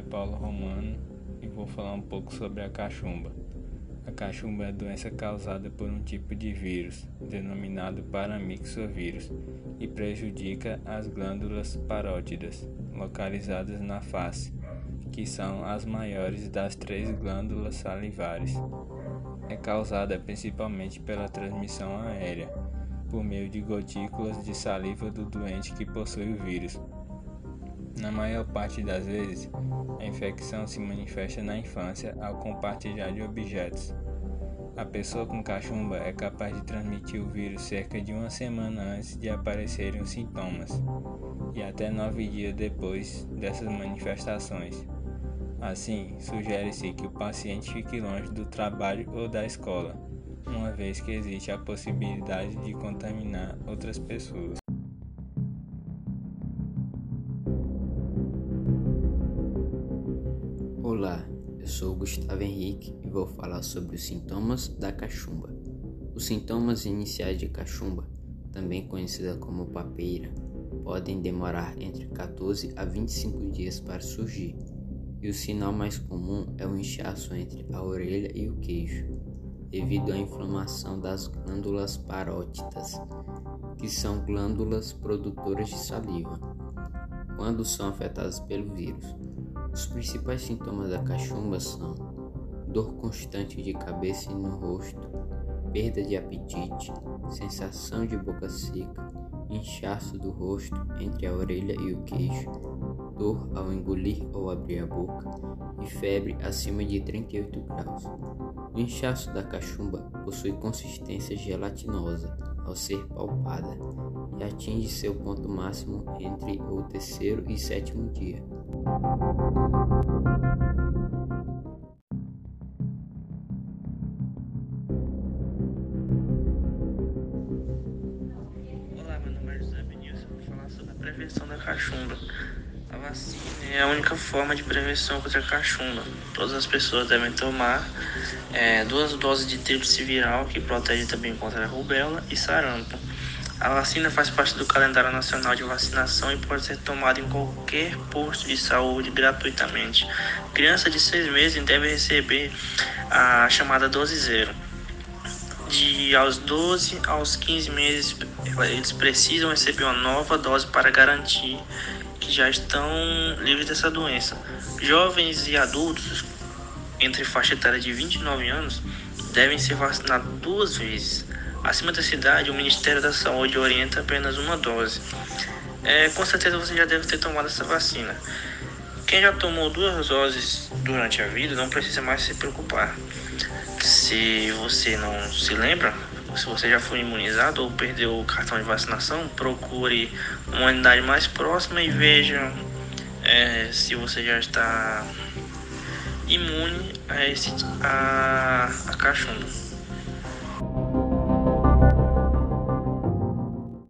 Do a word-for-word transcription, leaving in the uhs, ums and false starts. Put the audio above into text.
Paulo Romano e vou falar um pouco sobre a cachumba. A cachumba é a doença causada por um tipo de vírus, denominado paramyxovírus, e prejudica as glândulas parótidas, localizadas na face, que são as maiores das três glândulas salivares. É causada principalmente pela transmissão aérea, por meio de gotículas de saliva do doente que possui o vírus. Na maior parte das vezes, a infecção se manifesta na infância ao compartilhar de objetos. A pessoa com cachumba é capaz de transmitir o vírus cerca de uma semana antes de aparecerem os sintomas e até nove dias depois dessas manifestações. Assim, sugere-se que o paciente fique longe do trabalho ou da escola, uma vez que existe a possibilidade de contaminar outras pessoas. Olá, eu sou Gustavo Henrique e vou falar sobre os sintomas da cachumba. Os sintomas iniciais de cachumba, também conhecida como papeira, podem demorar entre quatorze a vinte e cinco dias para surgir, e o sinal mais comum é o inchaço entre a orelha e o queixo, devido à inflamação das glândulas parótidas, que são glândulas produtoras de saliva, quando são afetadas pelo vírus. Os principais sintomas da cachumba são dor constante de cabeça e no rosto, perda de apetite, sensação de boca seca, inchaço do rosto entre a orelha e o queixo, dor ao engolir ou abrir a boca e febre acima de trinta e oito graus. O inchaço da cachumba possui consistência gelatinosa ao ser palpada e atinge seu ponto máximo entre o terceiro e sétimo dia. Olá, meu nome é José Benilson, vou falar sobre a prevenção da cachumba. A vacina é a única forma de prevenção contra a cachumba. Todas as pessoas devem tomar é, duas doses de tríplice viral, que protege também contra a rubéola e sarampo. A vacina faz parte do calendário nacional de vacinação e pode ser tomada em qualquer posto de saúde gratuitamente. Criança de seis meses deve receber a chamada dose zero. De aos doze aos quinze meses, eles precisam receber uma nova dose para garantir que já estão livres dessa doença. Jovens e adultos entre faixa etária de vinte e nove anos devem ser vacinados duas vezes. Acima dessa idade, o Ministério da Saúde orienta apenas uma dose. É, com certeza você já deve ter tomado essa vacina. Quem já tomou duas doses durante a vida não precisa mais se preocupar. Se você não se lembra, se você já foi imunizado ou perdeu o cartão de vacinação, procure uma unidade mais próxima e veja é, se você já está imune a, esse, a, a cachumba.